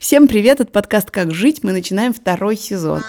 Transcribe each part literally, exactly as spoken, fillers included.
Всем привет, это подкаст «Как жить». Мы начинаем второй сезон.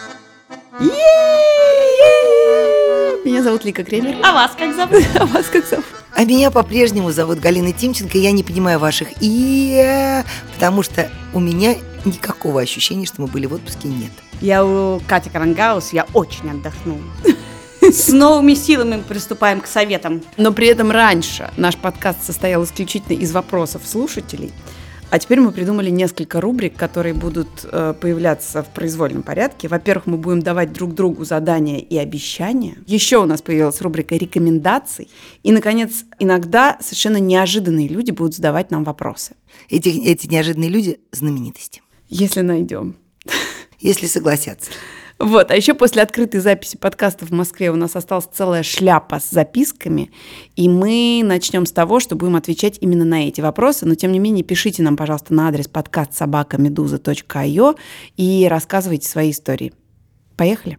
Меня зовут Лика Кремер. А вас как зовут? А вас как зовут? А меня по-прежнему зовут Галина Тимченко. Я не понимаю ваших «и», потому что у меня никакого ощущения, что мы были в отпуске, нет. Я у Кати Крангаус, я очень отдохнула. С новыми силами приступаем к советам. Но при этом раньше наш подкаст состоял исключительно из вопросов слушателей. А теперь мы придумали несколько рубрик, которые будут э, появляться в произвольном порядке. Во-первых, мы будем давать друг другу задания и обещания. Еще у нас появилась рубрика рекомендаций. И, наконец, иногда совершенно неожиданные люди будут задавать нам вопросы. Эти, эти неожиданные люди – знаменитости. Если найдем. Если согласятся. Вот, а еще после открытой записи подкаста в Москве у нас осталась целая шляпа с записками, и мы начнем с того, что будем отвечать именно на эти вопросы, но тем не менее пишите нам, пожалуйста, на адрес подкаст собака медуза точка ай о и рассказывайте свои истории. Поехали!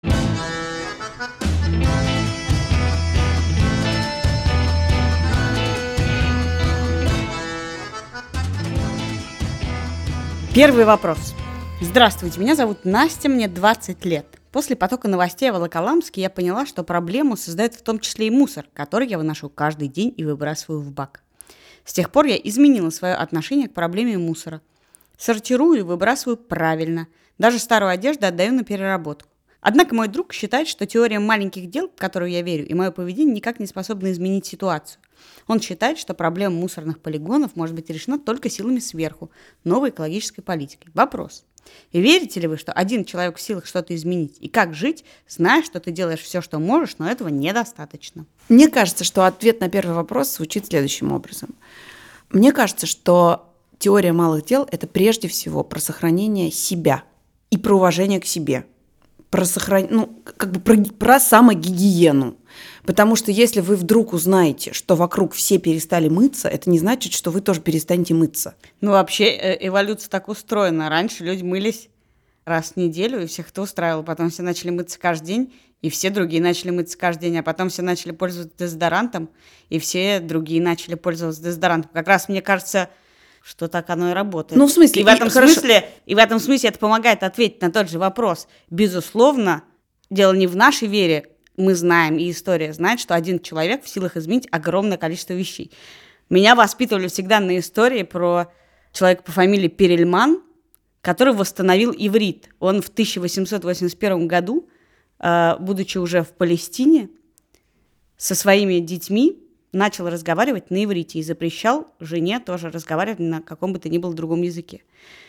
Первый вопрос. Здравствуйте, меня зовут Настя, мне двадцать лет. После потока новостей о Волоколамске я поняла, что проблему создает в том числе и мусор, который я выношу каждый день и выбрасываю в бак. С тех пор я изменила свое отношение к проблеме мусора. Сортирую и выбрасываю правильно. Даже старую одежду отдаю на переработку. Однако мой друг считает, что теория маленьких дел, в которую я верю, и мое поведение никак не способны изменить ситуацию. Он считает, что проблема мусорных полигонов может быть решена только силами сверху, новой экологической политикой. Вопрос. И верите ли вы, что один человек в силах что-то изменить? И как жить, зная, что ты делаешь все, что можешь, но этого недостаточно? Мне кажется, что ответ на первый вопрос звучит следующим образом. Мне кажется, что теория малых дел – это прежде всего про сохранение себя и про уважение к себе. Про, сохран... ну, как бы про, про самогигиену. Потому что если вы вдруг узнаете, что вокруг все перестали мыться, это не значит, что вы тоже перестанете мыться. Ну, вообще, эволюция так устроена. Раньше люди мылись раз в неделю, и всех это устраивало. Потом все начали мыться каждый день, и все другие начали мыться каждый день. А потом все начали пользоваться дезодорантом, и все другие начали пользоваться дезодорантом. Как раз, мне кажется, что так оно и работает. Ну, в смысле, и в этом и, смысле, и в этом смысле это помогает ответить на тот же вопрос. Безусловно, дело не в нашей вере. Мы знаем, и история знает, что один человек в силах изменить огромное количество вещей. Меня воспитывали всегда на истории про человека по фамилии Перельман, который восстановил иврит. Он в тысяча восемьсот восемьдесят первом году, будучи уже в Палестине, со своими детьми начал разговаривать на иврите и запрещал жене тоже разговаривать на каком бы то ни было другом языке.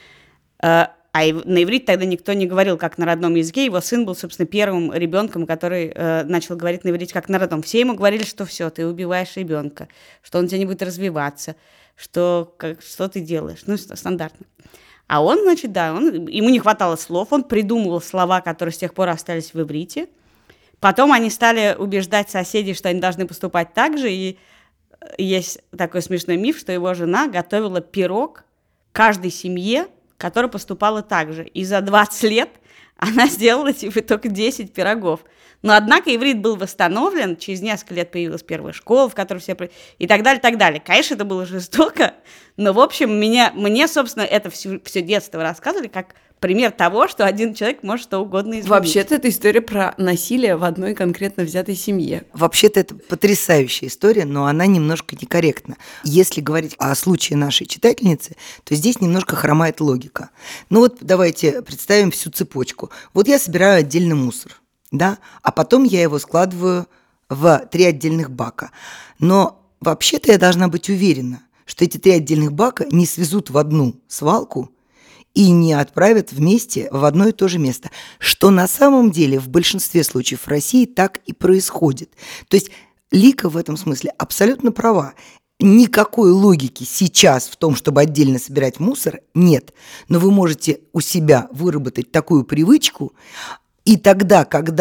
А на иврите тогда никто не говорил как на родном языке. Его сын был, собственно, первым ребенком, который э, начал говорить на иврите как на родном. Все ему говорили, что все, ты убиваешь ребенка, что он у тебя не будет развиваться, что, как, что ты делаешь. Ну, стандартно. А он, значит, да, он, ему не хватало слов, он придумывал слова, которые с тех пор остались в иврите. Потом они стали убеждать соседей, что они должны поступать так же. И есть такой смешной миф, что его жена готовила пирог каждой семье, которая поступала так же. И за двадцать лет она сделала типа только десять пирогов. Но, однако, иврит был восстановлен, через несколько лет появилась первая школа, в которой все... И так далее, так далее. Конечно, это было жестоко, но, в общем, меня, мне, собственно, это все, все детство рассказывали как пример того, что один человек может что угодно изменить. Вообще-то это история про насилие в одной конкретно взятой семье. Вообще-то это потрясающая история, но она немножко некорректна. Если говорить о случае нашей читательницы, то здесь немножко хромает логика. Ну вот давайте представим всю цепочку. Вот я собираю отдельно мусор, да, а потом я его складываю в три отдельных бака. Но вообще-то я должна быть уверена, что эти три отдельных бака не свезут в одну свалку и не отправят вместе в одно и то же место, что на самом деле в большинстве случаев в России так и происходит. То есть Лика в этом смысле абсолютно права. Никакой логики сейчас в том, чтобы отдельно собирать мусор, нет. Но вы можете у себя выработать такую привычку, и тогда, когда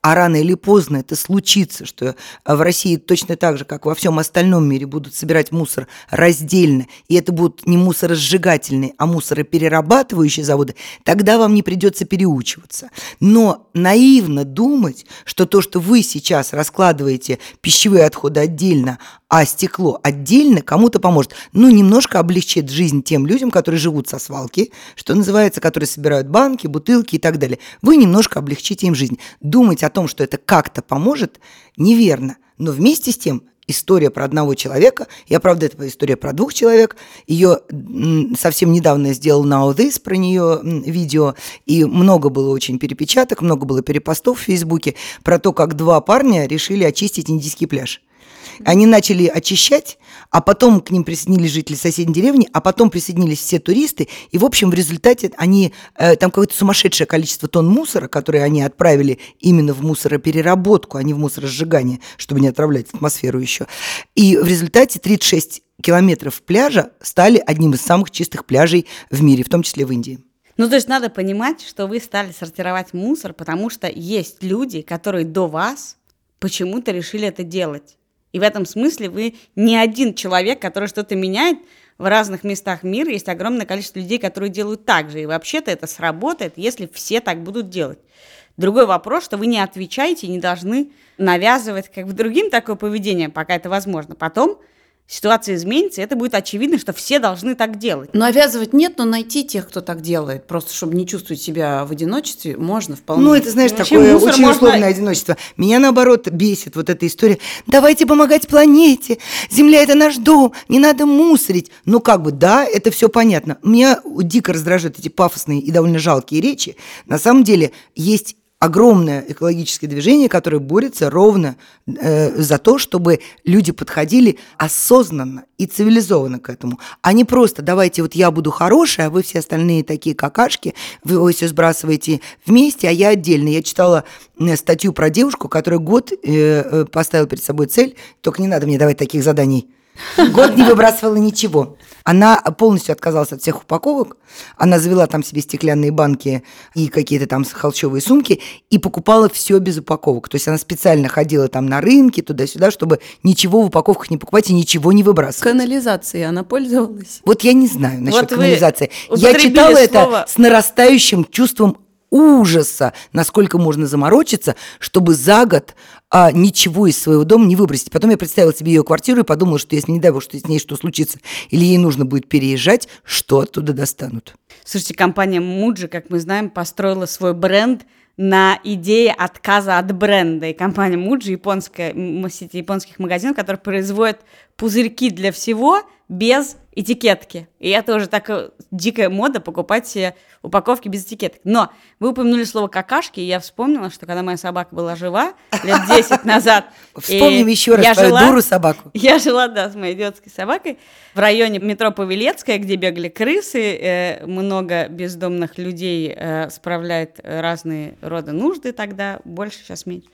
а рано или поздно это случится, что в России точно так же, как во всем остальном мире, будут собирать мусор раздельно, и это будут не мусоросжигательные, а мусороперерабатывающие заводы, тогда вам не придется переучиваться. Но наивно думать, что то, что вы сейчас раскладываете пищевые отходы отдельно, а стекло отдельно, кому-то поможет. Ну, немножко облегчит жизнь тем людям, которые живут со свалки, что называется, которые собирают банки, бутылки и так далее. Вы немножко облегчите им жизнь. Думать о том, что это как-то поможет, неверно. Но вместе с тем история про одного человека, я, правда, это история про двух человек, ее совсем недавно сделал Now This про нее видео, и много было очень перепечаток, много было перепостов в Фейсбуке про то, как два парня решили очистить индийский пляж. Они начали очищать, а потом к ним присоединились жители соседней деревни, а потом присоединились все туристы, и, в общем, в результате они, э, там какое-то сумасшедшее количество тонн мусора, которые они отправили именно в мусоропереработку, а не в мусоросжигание, чтобы не отравлять атмосферу еще. И в результате тридцать шесть километров пляжа стали одним из самых чистых пляжей в мире, в том числе в Индии. Ну, то есть надо понимать, что вы стали сортировать мусор, потому что есть люди, которые до вас почему-то решили это делать. И в этом смысле вы не один человек, который что-то меняет. В разных местах мира есть огромное количество людей, которые делают так же. И вообще-то это сработает, если все так будут делать. Другой вопрос, что вы не отвечаете и не должны навязывать как бы другим такое поведение, пока это возможно. Потом ситуация изменится, и это будет очевидно, что все должны так делать. Но навязывать нет, но найти тех, кто так делает, просто чтобы не чувствовать себя в одиночестве, можно вполне. Ну, это, знаешь, Вообще такое мусор очень можно- условное одиночество. Меня, наоборот, бесит вот эта история. Давайте помогать планете, Земля – это наш дом, не надо мусорить. Ну, как бы, да, это все понятно. Меня дико раздражают эти пафосные и довольно жалкие речи. На самом деле, есть огромное экологическое движение, которое борется ровно э, за то, чтобы люди подходили осознанно и цивилизованно к этому, а не просто давайте вот я буду хорошая, а вы все остальные такие какашки, вы все сбрасываете вместе, а я отдельно. Я читала э, статью про девушку, которая год э, э, поставила перед собой цель, только не надо мне давать таких заданий. Год не выбрасывала ничего. Она полностью отказалась от всех упаковок. Она завела там себе стеклянные банки и какие-то там холщовые сумки и покупала все без упаковок. То есть она специально ходила там на рынки туда-сюда, чтобы ничего в упаковках не покупать и ничего не выбрасывать. Канализацией она пользовалась? Вот я не знаю насчет Вот вы канализации. Я употребили читала слово- это с нарастающим чувством ужаса, насколько можно заморочиться, чтобы за год а, ничего из своего дома не выбросить. Потом я представила себе ее квартиру и подумала, что если, не дай бог, что с ней что случится, или ей нужно будет переезжать, что оттуда достанут. Слушайте, компания Muji, как мы знаем, построила свой бренд на идее отказа от бренда. И компания Muji, японская м, сеть японских магазинов, которая производит пузырьки для всего без этикетки. И это уже такая дикая мода покупать себе упаковки без этикеток. Но вы упомянули слово «какашки», и я вспомнила, что когда моя собака была жива лет десять назад... Вспомним и еще раз я твою жила- дуру собаку. Я жила, да, с моей идиотской собакой в районе метро Павелецкая, где бегали крысы, э, много бездомных людей э, справляет разные рода нужды тогда, больше, сейчас меньше.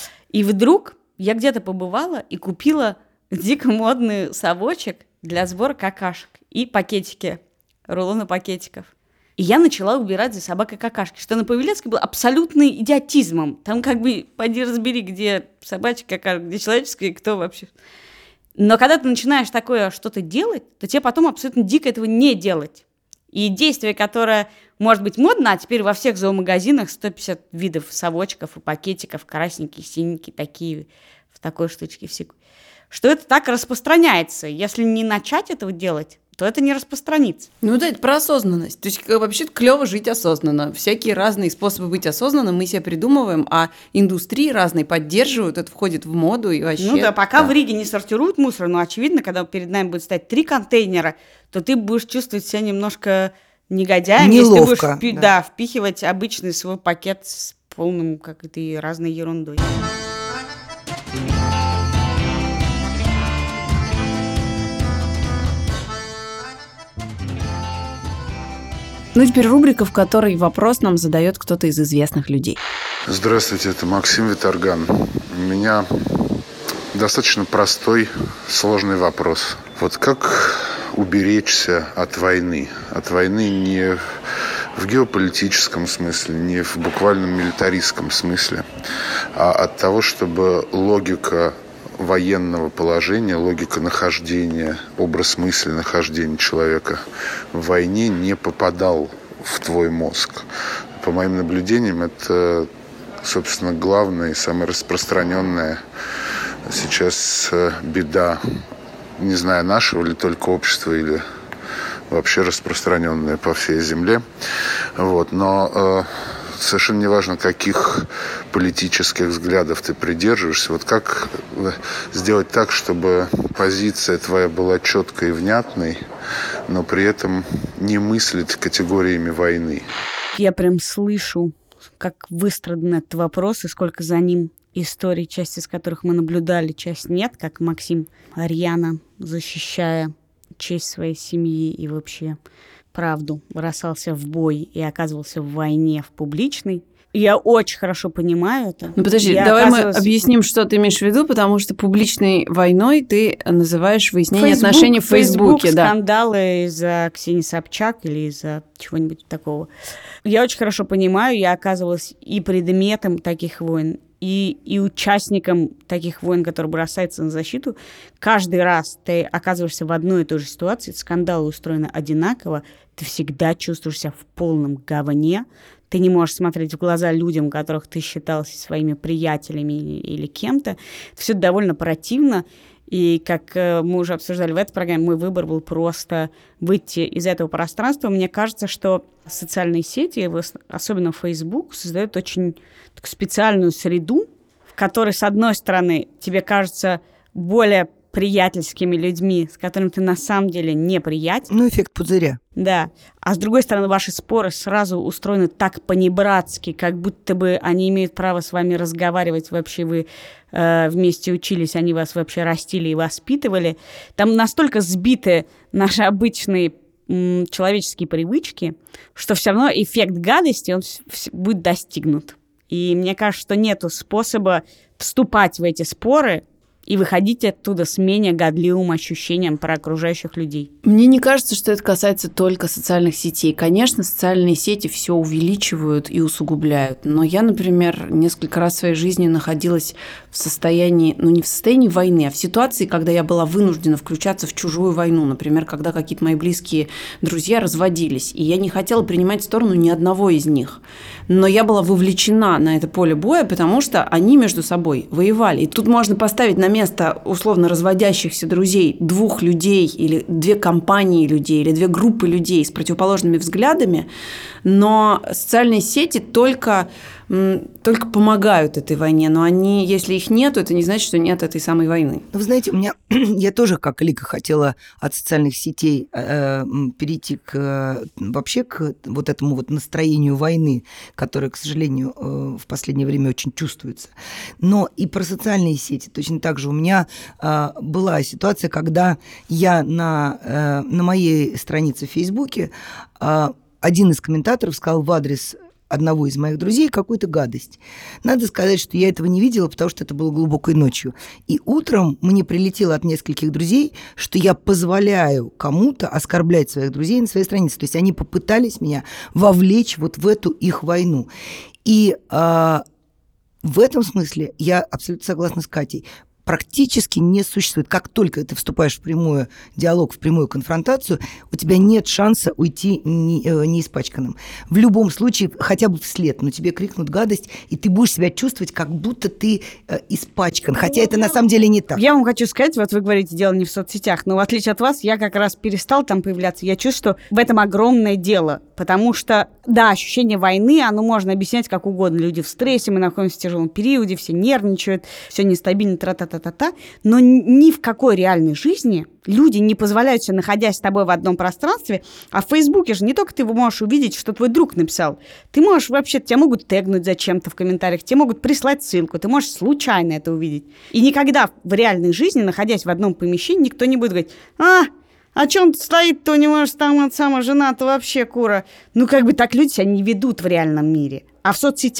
И вдруг я где-то побывала и купила дико модный совочек для сбора какашек и пакетики, рулоны пакетиков. И я начала убирать за собакой какашки, что на Павелецкой было абсолютным идиотизмом. Там как бы, пойди разбери, где собачья какашка, где человеческая, и кто вообще. Но когда ты начинаешь такое что-то делать, то тебе потом абсолютно дико этого не делать. И действие, которое может быть модно, а теперь во всех зоомагазинах сто пятьдесят видов совочков и пакетиков, красненькие, синенькие, такие, в такой штучке всякой, что это так распространяется. Если не начать этого делать, то это не распространится. Ну да, это про осознанность. То есть как, вообще клево жить осознанно. Всякие разные способы быть осознанным мы себе придумываем, а индустрии разные поддерживают, это входит в моду и вообще... Ну да, пока в Риге не сортируют мусор, но очевидно, когда перед нами будет стоять три контейнера, то ты будешь чувствовать себя немножко негодяем, если ты будешь Неловко, впи- да. да, впихивать обычный свой пакет с полным какой-то разной ерундой. Ну и теперь рубрика, в которой вопрос нам задает кто-то из известных людей. Здравствуйте, это Максим Виторган. У меня достаточно простой, сложный вопрос. Вот как уберечься от войны? От войны не в геополитическом смысле, не в буквальном милитаристском смысле, а от того, чтобы логика военного положения, логика нахождения, образ мысли нахождения человека в войне не попадал в твой мозг. По моим наблюдениям, это, собственно, главная и самая распространенная сейчас беда, не знаю, нашего или только общества, или вообще распространенная по всей земле. Вот. Но э, совершенно неважно, каких политических взглядов ты придерживаешься, вот как сделать так, чтобы позиция твоя была четкой и внятной, но при этом не мыслить категориями войны. Я прям слышу, как выстрадан этот вопрос, и сколько за ним историй, часть из которых мы наблюдали, часть нет, как Максим рьяно, защищая честь своей семьи и вообще правду, бросался в бой и оказывался в войне, в публичной. Я очень хорошо понимаю это. Ну подожди, я давай оказывалась... мы объясним, что ты имеешь в виду, потому что публичной войной ты называешь выяснение Facebook, отношений в Фейсбуке. Facebook, да. Скандалы из-за Ксении Собчак или из-за чего-нибудь такого. Я очень хорошо понимаю, я оказывалась и предметом таких войн, и, и участником таких войн, которые бросаются на защиту. Каждый раз ты оказываешься в одной и той же ситуации, скандалы устроены одинаково, ты всегда чувствуешь себя в полном говне, ты не можешь смотреть в глаза людям, которых ты считал своими приятелями или, или кем-то. Все это довольно противно. И, как мы уже обсуждали в этой программе, мой выбор был просто выйти из этого пространства. Мне кажется, что социальные сети, особенно Facebook, создают очень такую специальную среду, в которой, с одной стороны, тебе кажется более приятельскими людьми, с которыми ты на самом деле не приятель. Ну, эффект пузыря. Да. А с другой стороны, ваши споры сразу устроены так по-небратски, как будто бы они имеют право с вами разговаривать. Вообще вы э, вместе учились, они вас вообще растили и воспитывали. Там настолько сбиты наши обычные м, человеческие привычки, что все равно эффект гадости он будет достигнут. И мне кажется, что нету способа вступать в эти споры и выходить оттуда с менее годливым ощущением про окружающих людей. Мне не кажется, что это касается только социальных сетей. Конечно, социальные сети все увеличивают и усугубляют. Но я, например, несколько раз в своей жизни находилась в состоянии, ну не в состоянии войны, а в ситуации, когда я была вынуждена включаться в чужую войну. Например, когда какие-то мои близкие друзья разводились, и я не хотела принимать сторону ни одного из них. Но я была вовлечена на это поле боя, потому что они между собой воевали. И тут можно поставить на место условно разводящихся друзей двух людей или две компании людей или две группы людей с противоположными взглядами, но социальные сети только, только помогают этой войне, но они, если их нет, это не значит, что нет этой самой войны. Ну, вы знаете, у меня, я тоже, как Лика, хотела от социальных сетей э, перейти к, вообще к вот этому вот настроению войны, которое, к сожалению, э, в последнее время очень чувствуется. Но и про социальные сети точно так же у меня э, была ситуация, когда я на, э, на моей странице в Фейсбуке э, один из комментаторов сказал в адрес одного из моих друзей какую-то гадость. Надо сказать, что я этого не видела, потому что это было глубокой ночью. И утром мне прилетело от нескольких друзей, что я позволяю кому-то оскорблять своих друзей на своей странице. То есть они попытались меня вовлечь вот в эту их войну. И а, в этом смысле я абсолютно согласна с Катей. Практически не существует. Как только ты вступаешь в прямой диалог, в прямую конфронтацию, у тебя нет шанса уйти не, не испачканным. В любом случае, хотя бы вслед, но тебе крикнут гадость, и ты будешь себя чувствовать, как будто ты э, испачкан. Хотя это на самом деле не так. Я вам хочу сказать, вот вы говорите, дело не в соцсетях, но в отличие от вас, я как раз перестал там появляться. Я чувствую, что в этом огромное дело. Потому что, да, ощущение войны, оно можно объяснять как угодно. Люди в стрессе, мы находимся в тяжелом периоде, все нервничают, все нестабильно, тра-та-та-та-та. Но ни в какой реальной жизни люди не позволяют себе, находясь с тобой в одном пространстве, а в Фейсбуке же не только ты можешь увидеть, что твой друг написал. Ты можешь вообще, тебя могут тегнуть зачем-то в комментариях, тебе могут прислать ссылку, ты можешь случайно это увидеть. И никогда в реальной жизни, находясь в одном помещении, никто не будет говорить: «А, а чё он стоит-то, у него же там от сама жена-то вообще кура». Ну, как бы так люди себя не ведут в реальном мире. А в соцсетях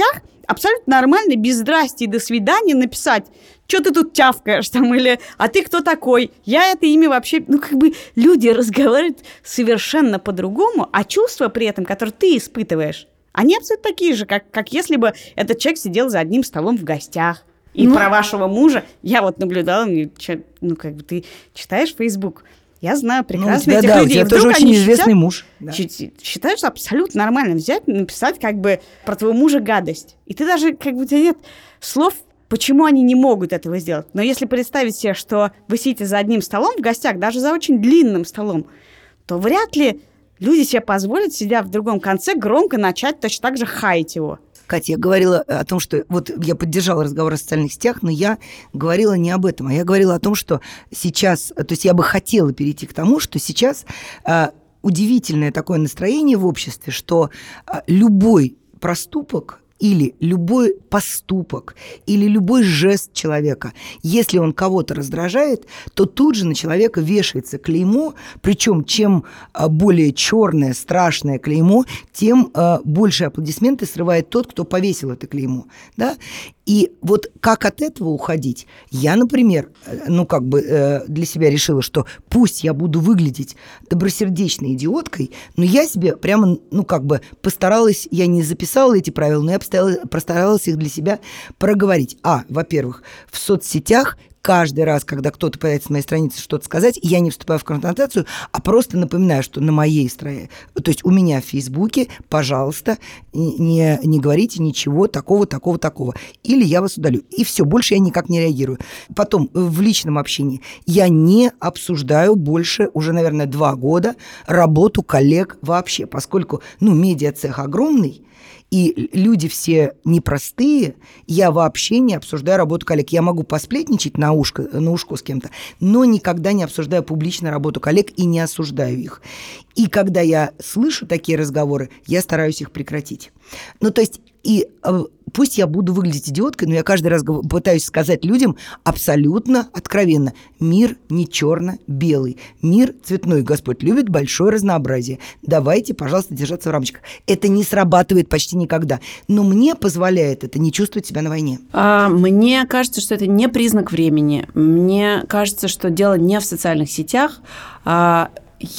абсолютно нормально без здрасти и до свидания написать, что ты тут тявкаешь там, или а ты кто такой? Я это имя вообще... Ну, как бы люди разговаривают совершенно по-другому, а чувства при этом, которые ты испытываешь, они абсолютно такие же, как, как если бы этот человек сидел за одним столом в гостях. И ну... про вашего мужа я вот наблюдала, мне, ну, как бы ты читаешь Facebook, я знаю прекрасно ну, этих да, людей. У тебя тоже очень известный считают, муж. Да. Считают, что абсолютно нормально взять и написать как бы про твоего мужа гадость. И ты даже, как бы, у тебя нет слов, почему они не могут этого сделать. Но если представить себе, что вы сидите за одним столом в гостях, даже за очень длинным столом, то вряд ли люди себе позволят, сидя в другом конце, громко начать точно так же хаять его. Катя, я говорила о том, что... Вот я поддержала разговор о социальных сетях, но я говорила не об этом, а я говорила о том, что сейчас... То есть я бы хотела перейти к тому, что сейчас а, удивительное такое настроение в обществе, что а, любой проступок или любой поступок, или любой жест человека, если он кого-то раздражает, то тут же на человека вешается клеймо, причем чем более черное, страшное клеймо, тем больше аплодисменты срывает тот, кто повесил это клеймо. Да? И вот как от этого уходить? Я, например, ну как бы для себя решила, что пусть я буду выглядеть добросердечной идиоткой, но я себе прямо, ну как бы постаралась, я не записала эти правила, но я постаралась их для себя проговорить. А, во-первых, в соцсетях каждый раз, когда кто-то пытается на моей странице что-то сказать, я не вступаю в конфронтацию, а просто напоминаю, что на моей странице, то есть у меня в Фейсбуке, пожалуйста, не, не говорите ничего такого, такого, такого. Или я вас удалю. И все, больше я никак не реагирую. Потом, в личном общении я не обсуждаю больше, уже, наверное, два года работу коллег вообще, поскольку, ну, медиацех огромный, и люди все непростые, я вообще не обсуждаю работу коллег. Я могу посплетничать на ушко, на ушко с кем-то, но никогда не обсуждаю публично работу коллег и не осуждаю их. И когда я слышу такие разговоры, я стараюсь их прекратить. Ну, то есть, и э, пусть я буду выглядеть идиоткой, но я каждый раз пытаюсь сказать людям абсолютно откровенно: мир не черно-белый, мир цветной. Господь любит большое разнообразие. Давайте, пожалуйста, держаться в рамочках. Это не срабатывает почти никогда, но мне позволяет это не чувствовать себя на войне. А, мне кажется, что это не признак времени. Мне кажется, что дело не в социальных сетях. А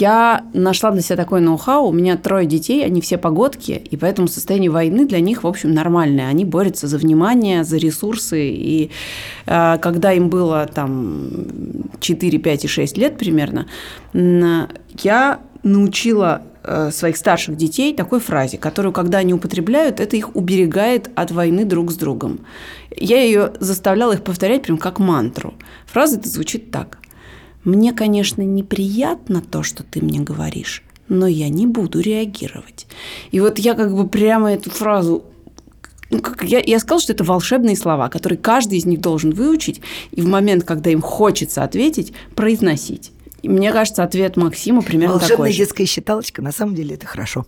я нашла для себя такой ноу-хау. У меня трое детей, они все погодки, и поэтому состояние войны для них, в общем, нормальное. Они борются за внимание, за ресурсы. И э, когда им было там четыре, пять и шесть лет примерно, я научила э, своих старших детей такой фразе, которую, когда они употребляют, это их уберегает от войны друг с другом. Я ее заставляла их повторять прям как мантру. Фраза эта звучит так: «Мне, конечно, неприятно то, что ты мне говоришь, но я не буду реагировать». И вот я как бы прямо эту фразу... Ну, как я, я сказала, что это волшебные слова, которые каждый из них должен выучить, и в момент, когда им хочется ответить, произносить. И мне кажется, ответ Максима примерно волшебная такой же. Волшебная детская считалочка, на самом деле это хорошо.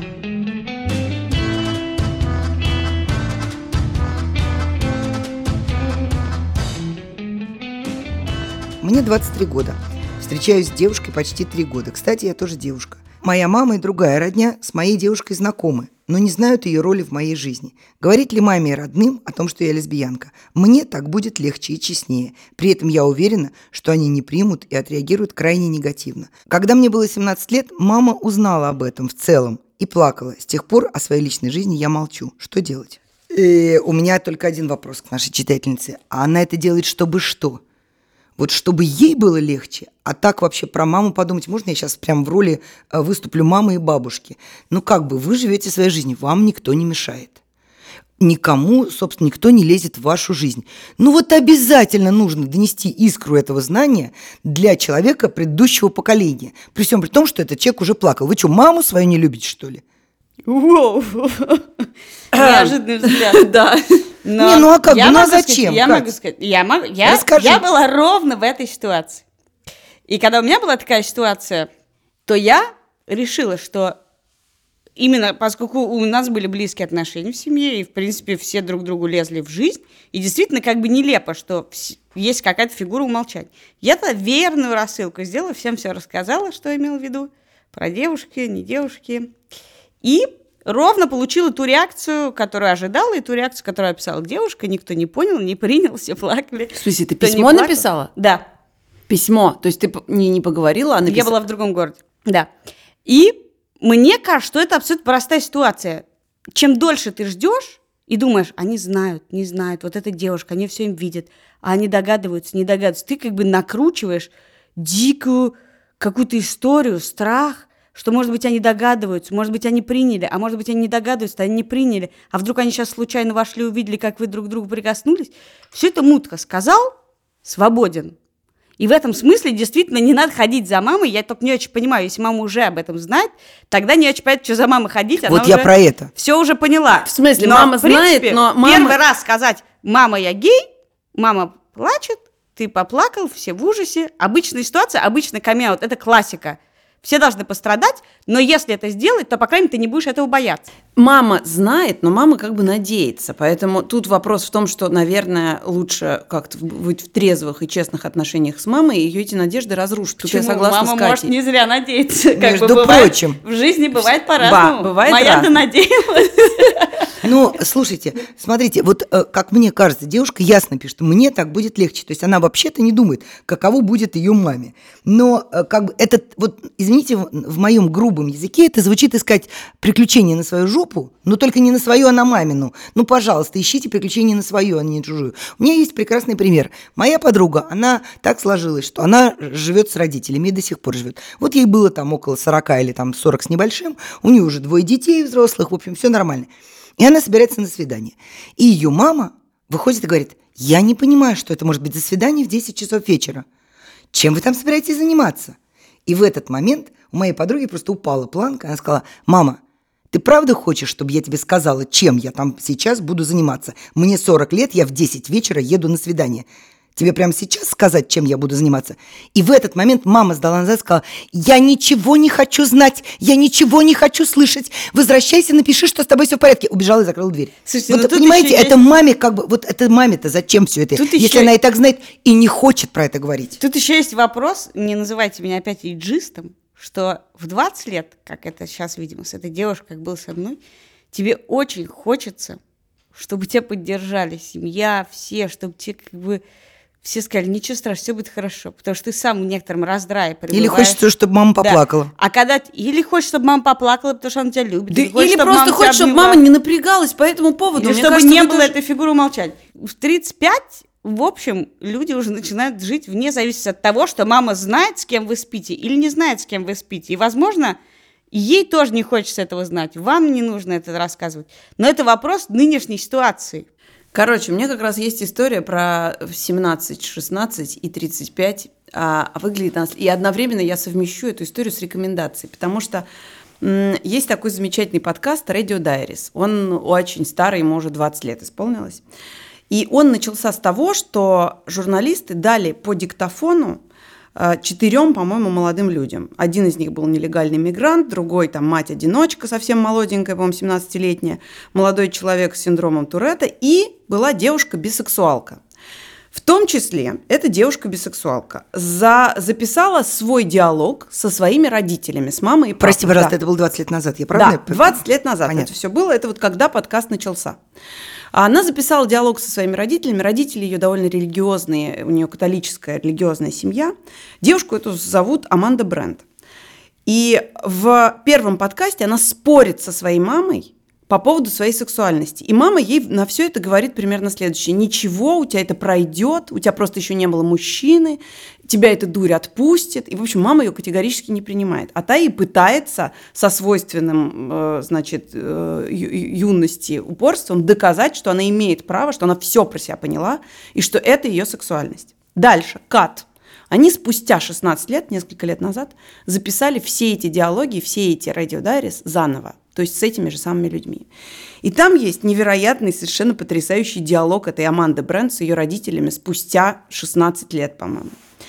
Мне двадцать три года. Встречаюсь с девушкой почти три года. Кстати, я тоже девушка. Моя мама и другая родня с моей девушкой знакомы, но не знают ее роли в моей жизни. Говорить ли маме и родным о том, что я лесбиянка? Мне так будет легче и честнее. При этом я уверена, что они не примут и отреагируют крайне негативно. Когда мне было семнадцать лет, мама узнала об этом в целом и плакала. С тех пор о своей личной жизни я молчу. Что делать? И у меня только один вопрос к нашей читательнице. А она это делает, чтобы что? Вот чтобы ей было легче. А так вообще про маму подумать можно? Я сейчас прям в роли выступлю мамы и бабушки. Ну как бы вы живете своей жизнью, вам никто не мешает. Никому, собственно, никто не лезет в вашу жизнь. Ну вот обязательно нужно донести искру этого знания для человека предыдущего поколения. При всем при том, что этот человек уже плакал. Вы что, маму свою не любите, что ли? Воу! Неожиданный взгляд. Да. Но не, ну а как бы, ну а зачем? зачем? Я Кать? могу сказать, я, могу, я, Расскажи. я была ровно в этой ситуации. И когда у меня была такая ситуация, то я решила, что именно поскольку у нас были близкие отношения в семье, и, в принципе, все друг другу лезли в жизнь, и действительно как бы нелепо, что есть какая-то фигура умолчания. Я тогда верную рассылку сделала, всем все рассказала, что я имела в виду, про девушки, не девушки. И ровно получила ту реакцию, которую ожидала, и ту реакцию, которую описала девушка. Никто не понял, не принял, все плакали. В смысле, ты Кто не письмо плакал. написала? Да. Письмо? То есть ты п- не, не поговорила, а написала? Я была в другом городе. Да. И мне кажется, что это абсолютно простая ситуация. Чем дольше ты ждешь и думаешь, они знают, не знают, вот эта девушка, они все им видят, а они догадываются, не догадываются. Ты как бы накручиваешь дикую какую-то историю, страх, что, может быть, они догадываются, может быть, они приняли, а может быть, они не догадываются, они не приняли, а вдруг они сейчас случайно вошли, увидели, как вы друг к другу прикоснулись. Все это мутко сказал, свободен. И в этом смысле действительно не надо ходить за мамой. Я только не очень понимаю, если мама уже об этом знает, тогда не очень понятно, что за мамой ходить. Вот я про это. Все уже поняла. В смысле, Но, мама в принципе, знает, но мама... Первый раз сказать, мама, я гей, мама плачет, ты поплакал, все в ужасе. Обычная ситуация, обычный камеаут, это классика. Все должны пострадать, но если это сделать, то, по крайней мере, ты не будешь этого бояться. Мама знает, но мама как бы надеется. Поэтому тут вопрос в том, что, наверное, лучше как-то быть в трезвых и честных отношениях с мамой, и ее эти надежды разрушат. Тут я согласна Мама с Катей. может не зря надеяться. Как Между бы бывает, прочим. в жизни бывает по-разному. Ба, бывает Моя-то разно. надеялась. Ну, слушайте, смотрите, вот э, как мне кажется, девушка ясно пишет, мне так будет легче. То есть она вообще-то не думает, каково будет ее маме. Но э, как бы это, вот, извините, в, в моем грубом языке это звучит искать приключения на свою жопу, но только не на свою, а на мамину. Ну, пожалуйста, ищите приключения на свою, а не на чужую. У меня есть прекрасный пример. Моя подруга, она так сложилась, что она живет с родителями и до сих пор живет. Вот ей было там около сорока или там сорок с небольшим, у нее уже двое детей взрослых, в общем, все нормально. И она собирается на свидание. И ее мама выходит и говорит, я не понимаю, что это может быть за свидание в десять часов вечера. Чем вы там собираетесь заниматься? И в этот момент у моей подруги просто упала планка. Она сказала, мама, ты правда хочешь, чтобы я тебе сказала, чем я там сейчас буду заниматься? Мне сорок лет, я в десять вечера еду на свидание. Тебе прямо сейчас сказать, чем я буду заниматься? И в этот момент мама сдала назад и сказала, я ничего не хочу знать, я ничего не хочу слышать. Возвращайся, напиши, что с тобой все в порядке. Убежала и закрыла дверь. Слушайте, вот ну тут понимаете, еще это есть- маме как бы, вот это маме-то зачем все это? Тут Если еще- она и так знает и не хочет про это говорить. Тут еще есть вопрос, не называйте меня опять иджистом, что в двадцать лет, как это сейчас, видимо, с этой девушкой, как было со мной, тебе очень хочется, чтобы тебя поддержали семья, все, чтобы тебе как бы все сказали, ничего страшного, все будет хорошо, потому что ты сам в некотором раздрае пребываешь. Или хочется, чтобы мама Да. поплакала. А когда... Или хочешь, чтобы мама поплакала, потому что она тебя любит. Да или хочешь, или чтобы просто мама хочешь, тебя чтобы обняла. мама не напрягалась по этому поводу. Или Мне чтобы кажется, не вы было тоже- этой фигуры молчания. В тридцать пять, в общем, люди уже начинают жить вне зависимости от того, что мама знает, с кем вы спите, или не знает, с кем вы спите. И, возможно, ей тоже не хочется этого знать. Вам не нужно это рассказывать. Но это вопрос нынешней ситуации. Короче, у меня как раз есть история про семнадцать, шестнадцать и тридцать пять, а, а выглядит она... И одновременно я совмещу эту историю с рекомендацией, потому что м, есть такой замечательный подкаст Radio Diaries. Он очень старый, ему уже двадцать лет исполнилось. И он начался с того, что журналисты дали по диктофону э, четырем, по-моему, молодым людям. Один из них был нелегальный мигрант, другой там мать-одиночка, совсем молоденькая, по-моему, семнадцатилетняя, молодой человек с синдромом Туретта, и была девушка-бисексуалка. В том числе эта девушка-бисексуалка за, записала свой диалог со своими родителями, с мамой и папой. Прости, пожалуйста, Да. это было двадцать лет назад, я правильно? Да, двадцать лет назад Понятно. это все было, это вот когда подкаст начался. А Она записала диалог со своими родителями, родители ее довольно религиозные, у нее католическая религиозная семья. Девушку эту зовут Аманда Брент. И в первом подкасте она спорит со своей мамой по поводу своей сексуальности. И мама ей на все это говорит примерно следующее. Ничего, у тебя это пройдет, у тебя просто еще не было мужчины, тебя эта дурь отпустит. И, в общем, мама ее категорически не принимает. А та и пытается со свойственным, э, значит, э, ю- юности упорством доказать, что она имеет право, что она все про себя поняла, и что это ее сексуальность. Дальше. Кат. Они спустя шестнадцать лет, несколько лет назад, записали все эти диалоги, все эти Radio Diaries заново, то есть с этими же самыми людьми. И там есть невероятный, совершенно потрясающий диалог этой Аманды Брент с ее родителями спустя шестнадцать лет, по-моему.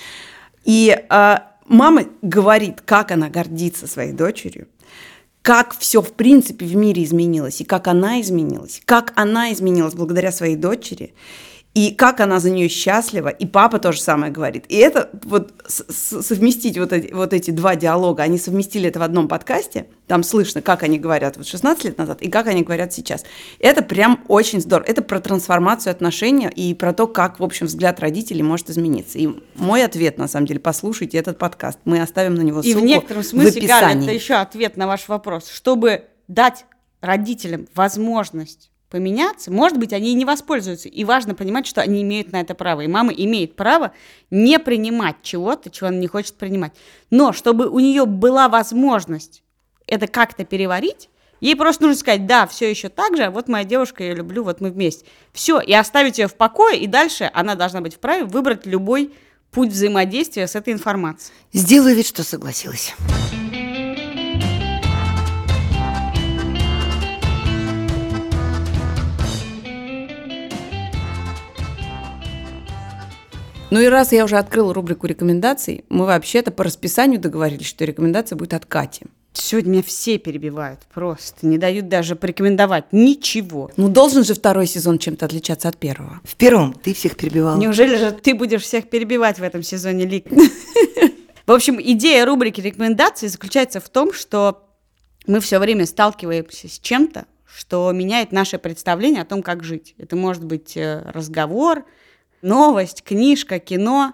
И э, мама говорит, как она гордится своей дочерью, как все в принципе в мире изменилось, и как она изменилась, как она изменилась благодаря своей дочери. И как она за нее счастлива, и папа то же самое говорит. И это вот совместить вот эти, вот эти два диалога, они совместили это в одном подкасте, там слышно, как они говорят вот шестнадцать лет назад и как они говорят сейчас. Это прям очень здорово. Это про трансформацию отношений и про то, как, в общем, взгляд родителей может измениться. И мой ответ, на самом деле, послушайте этот подкаст. Мы оставим на него ссылку в описании. И в некотором смысле, Галя, это еще ответ на ваш вопрос. Чтобы дать родителям возможность поменяться, может быть, они и не воспользуются. И важно понимать, что они имеют на это право. И мама имеет право не принимать чего-то, чего она не хочет принимать. Но чтобы у нее была возможность это как-то переварить, ей просто нужно сказать: да, все еще так же, вот моя девушка, я люблю, вот мы вместе. Все, и оставить ее в покое, и дальше она должна быть вправе выбрать любой путь взаимодействия с этой информацией. Сделаю вид, что согласилась. Ну и раз я уже открыла рубрику рекомендаций, мы вообще-то по расписанию договорились, что рекомендация будет от Кати. Сегодня меня все перебивают просто, не дают даже порекомендовать ничего. Ну должен же второй сезон чем-то отличаться от первого. В первом ты всех перебивала. Неужели же ты будешь всех перебивать в этом сезоне, Лик? В общем, идея рубрики рекомендаций заключается в том, что мы все время сталкиваемся с чем-то, что меняет наше представление о том, как жить. Это может быть разговор, новость, книжка, кино.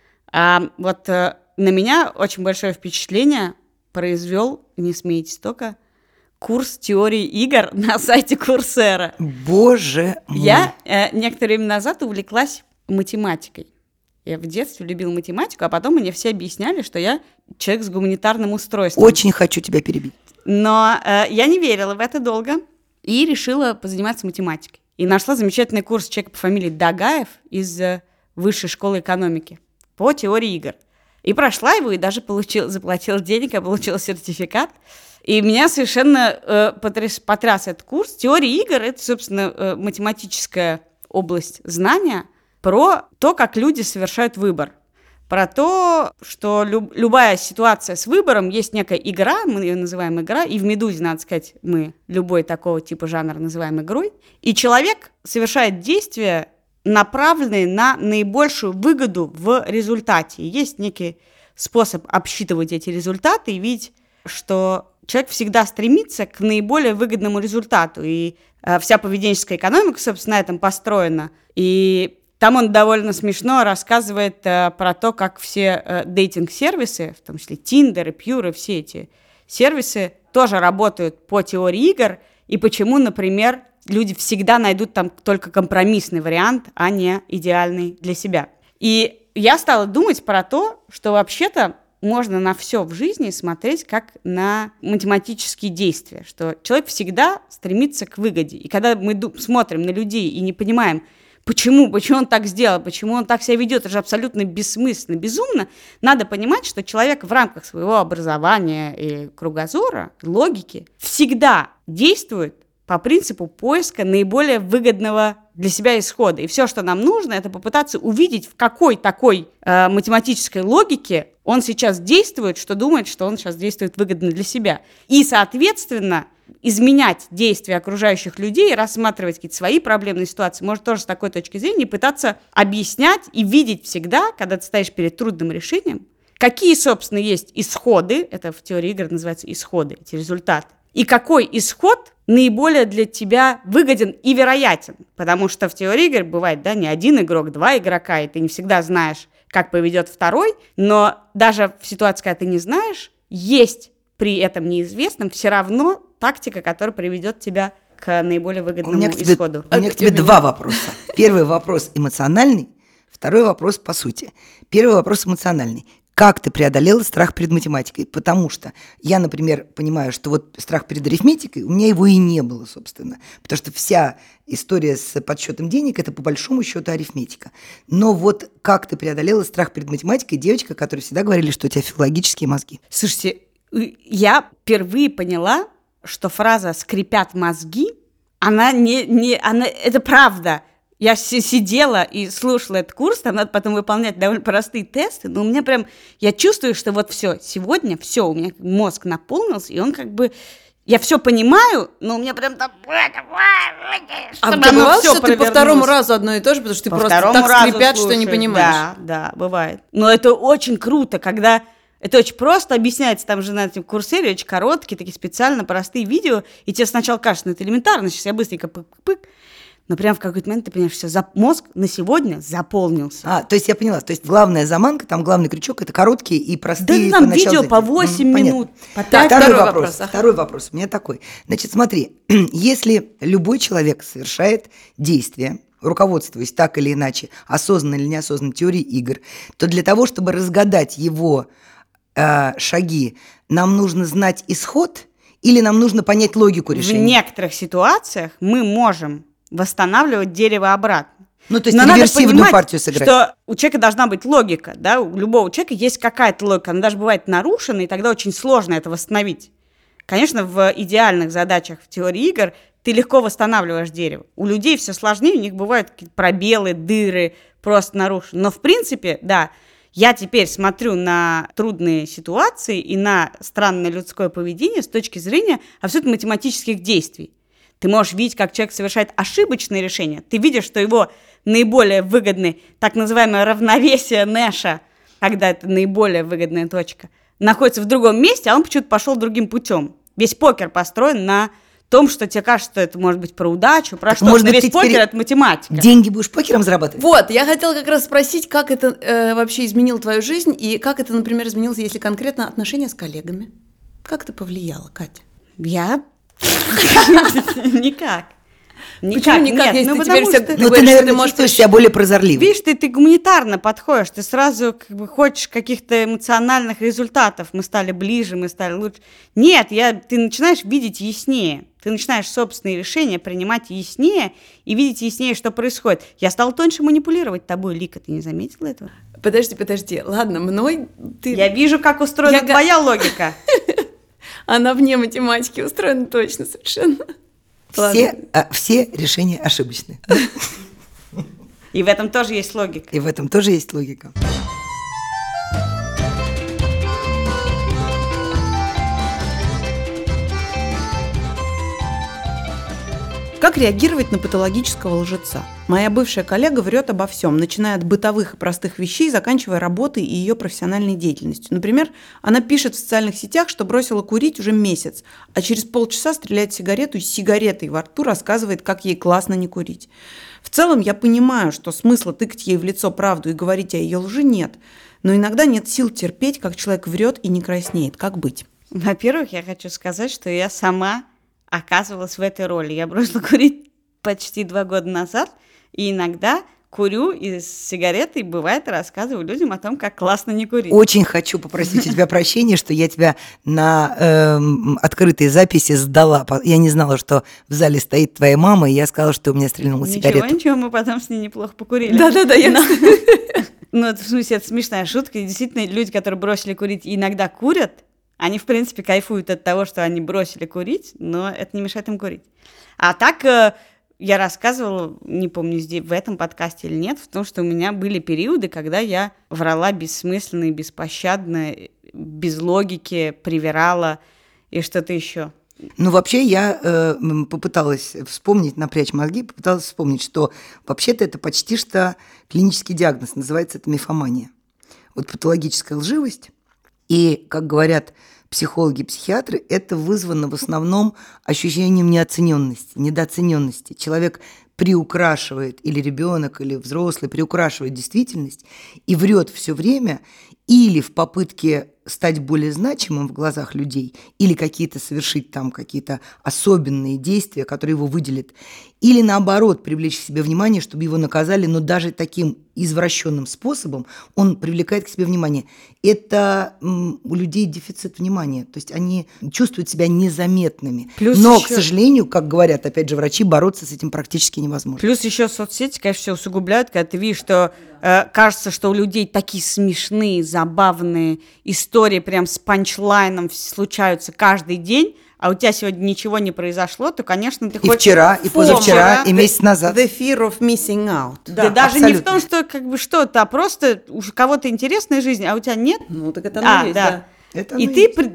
А вот на меня очень большое впечатление произвел, не смейтесь только, курс теории игр на сайте Курсера. Боже мой! Я э, некоторое время назад увлеклась математикой. Я в детстве любила математику, а потом мне все объясняли, что я человек с гуманитарным устройством. Очень хочу тебя перебить. Но э, я не верила в это долго и решила позаниматься математикой. И нашла замечательный курс человека по фамилии Дагаев из Высшей школы экономики по теории игр. И прошла его, и даже получила, заплатила денег, я получила сертификат. И меня совершенно э, потряс, потряс этот курс. Теория игр – это, собственно, э, математическая область знания про то, как люди совершают выбор. Про то, что люб, любая ситуация с выбором, есть некая игра, мы ее называем игра, и в «Медузе», надо сказать, мы любой такого типа жанра называем игрой, и человек совершает действия, направленные на наибольшую выгоду в результате. И есть некий способ обсчитывать эти результаты и видеть, что человек всегда стремится к наиболее выгодному результату. И э, вся поведенческая экономика, собственно, на этом построена. И там он довольно смешно рассказывает э, про то, как все э, дейтинг-сервисы, в том числе Tinder, Pure, все эти сервисы тоже работают по теории игр, и почему, например, люди всегда найдут там только компромиссный вариант, а не идеальный для себя. И я стала думать про то, что вообще-то можно на все в жизни смотреть как на математические действия, что человек всегда стремится к выгоде. И когда мы смотрим на людей и не понимаем, почему, почему он так сделал, почему он так себя ведет, это же абсолютно бессмысленно, безумно, надо понимать, что человек в рамках своего образования и кругозора, логики, всегда действует по принципу поиска наиболее выгодного для себя исхода. И все, что нам нужно, это попытаться увидеть, в какой такой э, математической логике он сейчас действует, что думает, что он сейчас действует выгодно для себя. И, соответственно, изменять действия окружающих людей, рассматривать какие-то свои проблемные ситуации, может тоже с такой точки зрения, пытаться объяснять и видеть всегда, когда ты стоишь перед трудным решением, какие, собственно, есть исходы, это в теории игр называется исходы, эти результаты, и какой исход наиболее для тебя выгоден и вероятен. Потому что в теории игр бывает, да, не один игрок, два игрока, и ты не всегда знаешь, как поведет второй, но даже в ситуации, когда ты не знаешь, есть при этом неизвестном все равно тактика, которая приведет тебя к наиболее выгодному у меня к тебе, исходу. У меня к тебе два вопроса. Первый вопрос эмоциональный, второй вопрос по сути. Первый вопрос эмоциональный. Как ты преодолела страх перед математикой? Потому что я, например, понимаю, что вот страх перед арифметикой, у меня его и не было, собственно. Потому что вся история с подсчетом денег – это по большому счету арифметика. Но вот как ты преодолела страх перед математикой, девочка, которая всегда говорили, что у тебя филологические мозги? Слушайте, я впервые поняла, что фраза «скрипят мозги», она не, не она, это правда. Я сидела и слушала этот курс, там надо потом выполнять довольно простые тесты, но у меня прям, я чувствую, что вот все, сегодня все, у меня мозг наполнился, и он как бы Я все понимаю, но у меня прям там... А чтобы ты оно бывало, всё что ты по провернулось. второму разу одно и то же, потому что ты По просто второму так разу скрипят, что не слушаю. понимаешь? Да, да, бывает. Но это очень круто, когда... Это очень просто объясняется, там же на этом курсере очень короткие, такие специально простые видео, и тебе сначала кажется, ну это элементарно, сейчас я быстренько пык-пык, но прям в какой-то момент ты понимаешь, все, за... мозг на сегодня заполнился. А, то есть я поняла, то есть главная заманка, там главный крючок – это короткие и Да простые. там поначалу видео занятия. по восемь М, минут, по Так, пять. Второй второй вопрос. вопрос, ага. Второй вопрос у меня такой. Значит, смотри, если любой человек совершает действие, руководствуясь так или иначе, осознанно или неосознанно теорией игр, то для того, чтобы разгадать его э, шаги, нам нужно знать исход или нам нужно понять логику В решения? некоторых ситуациях мы можем восстанавливать дерево обратно. Ну, то есть Но надо реверсивную понимать, партию сыграть. что у человека должна быть логика, да, у любого человека есть какая-то логика, она даже бывает нарушена, и тогда очень сложно это восстановить. Конечно, в идеальных задачах в теории игр ты легко восстанавливаешь дерево. У людей все сложнее, у них бывают какие-то пробелы, дыры, просто нарушены. Но в принципе, да, я теперь смотрю на трудные ситуации и на странное людское поведение с точки зрения абсолютно математических действий. Ты можешь видеть, как человек совершает ошибочные решения. Ты видишь, что его наиболее выгодный, так называемое равновесие Нэша, когда это наиболее выгодная точка, находится в другом месте, а он почему-то пошел другим путем. Весь покер построен на том, что тебе кажется, что это может быть про удачу, про Так, что, может но быть, весь ты теперь покер – это математика. Деньги будешь покером зарабатывать? Вот, я хотела как раз спросить, как это э, вообще изменило твою жизнь, и как это, например, изменилось, если конкретно отношения с коллегами? Как это повлияло, Катя? Я? Никак. Почему никак, Нет, если ну, ты потому теперь всё- что- ты Ну, ты, говоришь, что наверное, ты можешь чувствуешь себя более прозорливым. Видишь, ты, ты гуманитарно подходишь, ты сразу как бы хочешь каких-то эмоциональных результатов. Мы стали ближе, мы стали лучше. Нет, я, ты начинаешь видеть яснее. Ты начинаешь собственные решения принимать яснее и видеть яснее, что происходит. Я стала тоньше манипулировать тобой, Лика, ты не заметила этого? Подожди, подожди, ладно, мной ты... Я вижу, как устроена Я га- твоя логика. Она вне математики устроена точно совершенно. Все, а, все решения ошибочны. И в этом тоже есть логика. И в этом тоже есть логика. Как реагировать на патологического лжеца? Моя бывшая коллега врет обо всем, начиная от бытовых и простых вещей, заканчивая работой и ее профессиональной деятельностью. Например, она пишет в социальных сетях, что бросила курить уже месяц, а через полчаса стреляет сигарету и с сигаретой во рту рассказывает, как ей классно не курить. В целом я понимаю, что смысла тыкать ей в лицо правду и говорить о ее лжи нет, но иногда нет сил терпеть, как человек врет и не краснеет. Как быть? Во-первых, я хочу сказать, что я сама оказывалась в этой роли. Я бросила курить почти два года назад, и иногда курю и с сигаретой, бывает, рассказываю людям о том, как классно не курить. Очень хочу попросить у тебя прощения, что я тебя на эм, открытой записи сдала. По- Я не знала, что в зале стоит твоя мама, и я сказала, что у меня стрельнула Ничего, сигарета. ничего, мы потом с ней неплохо покурили. Да-да-да, я... Ну, это, в смысле, это смешная шутка. И действительно, люди, которые бросили курить и иногда курят, они, в принципе, кайфуют от того, что они бросили курить, но это не мешает им курить. А так э, я рассказывала, не помню, здесь, в этом подкасте или нет, в том, что у меня были периоды, когда я врала бессмысленно и беспощадно, без логики, привирала и что-то еще. Ну, вообще, я э, м, попыталась вспомнить, напрячь мозги, попыталась вспомнить, что вообще-то это почти что клинический диагноз, называется это мифомания. Вот патологическая лживость, и, как говорят психологи и психиатры, это вызвано в основном ощущением неоцененности, недооцененности. Человек приукрашивает, или ребенок, или взрослый приукрашивает действительность и врет все время, или в попытке стать более значимым в глазах людей, или какие-то совершить там какие-то особенные действия, которые его выделят, или наоборот привлечь к себе внимание, чтобы его наказали, но даже таким извращенным способом он привлекает к себе внимание. Это м, у людей дефицит внимания, то есть они чувствуют себя незаметными. Плюс но, еще- к сожалению, как говорят, опять же, врачи, бороться с этим практически невозможно. Плюс еще соцсети, конечно, все усугубляют, когда ты видишь, что э, кажется, что у людей такие смешные, забавные истории прям с панчлайном случаются каждый день, а у тебя сегодня ничего не произошло, то, конечно, ты И хочешь... вчера, и Фома, позавчера, и the- месяц назад. The fear of missing out. Да, даже не в абсолютно. том, что как бы что-то, а просто у кого-то интересная жизнь, а у тебя нет. Ну, так это А, оно есть, да. да. Это И оно ты есть. при-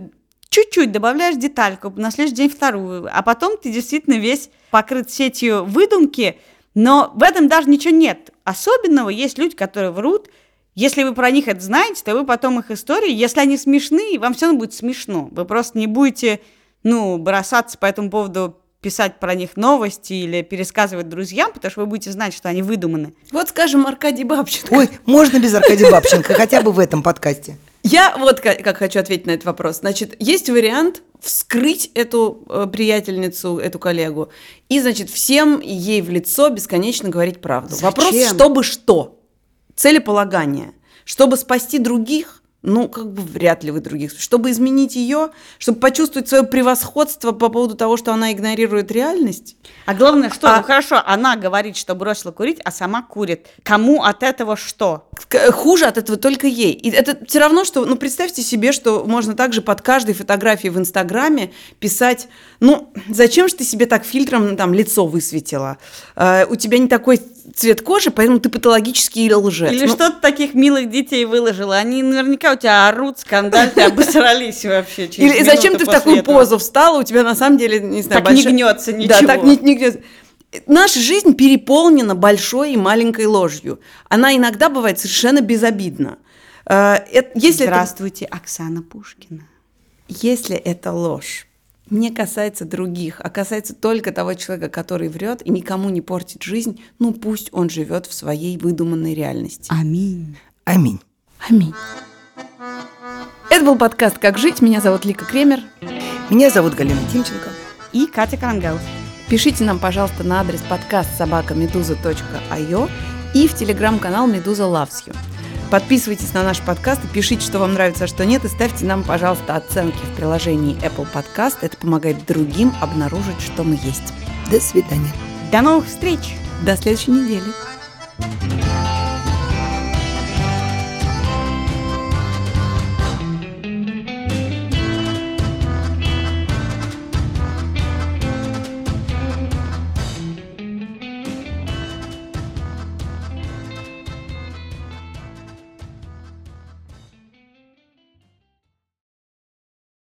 чуть-чуть добавляешь детальку, на следующий день вторую, а потом ты действительно весь покрыт сетью выдумки, но в этом даже ничего нет особенного. Есть люди, которые врут. Если вы про них это знаете, то вы потом их истории, если они смешные, вам все равно будет смешно. Вы просто не будете, ну, бросаться по этому поводу, писать про них новости или пересказывать друзьям, потому что вы будете знать, что они выдуманы. Вот, скажем, Аркадий Бабченко. Ой, можно без Аркадия Бабченко, хотя бы в этом подкасте. Я вот как, как хочу ответить на этот вопрос. Значит, есть вариант вскрыть эту э, приятельницу, эту коллегу, и, значит, всем ей в лицо бесконечно говорить правду. Зачем? Вопрос, чтобы что? Целеполагание. Чтобы спасти других? Ну, как бы вряд ли вы других. Чтобы изменить ее, чтобы почувствовать свое превосходство по поводу того, что она игнорирует реальность. А главное, что, А- ну хорошо, она говорит, что бросила курить, а сама курит. Кому от этого что? К- Хуже от этого только ей. И это все равно, что, ну, представьте себе, что можно также под каждой фотографией в Инстаграме писать, ну, зачем же ты себе так фильтром там лицо высветила? Э, у тебя не такой цвет кожи, поэтому ты патологический лжец. Или Ну, что-то таких милых детей выложила. Они наверняка у тебя орут, скандалят, и обосрались вообще через Или зачем минуту ты в после такую этого. позу встала, у тебя на самом деле, не знаю, Так не большая- гнется Да, ничего. так не, не гнется. Наша жизнь переполнена большой и маленькой ложью. Она иногда бывает совершенно безобидна. Э, это- Если это, Здравствуйте, Оксана Пушкина. если это ложь не касается других, а касается только того человека, который врет и никому не портит жизнь, ну пусть он живет в своей выдуманной реальности. Аминь. Аминь. Аминь. Это был подкаст «Как жить». Меня зовут Лика Кремер. Меня зовут Галина Тимченко. И Катя Крангаус. Пишите нам, пожалуйста, на адрес подкаст собака медуза точка ай о и в телеграм-канал «Медуза Loves You». Подписывайтесь на наш подкаст и пишите, что вам нравится, а что нет, и ставьте нам, пожалуйста, оценки в приложении Apple Podcast. Это помогает другим обнаружить, что мы есть. До свидания. До новых встреч! До следующей недели.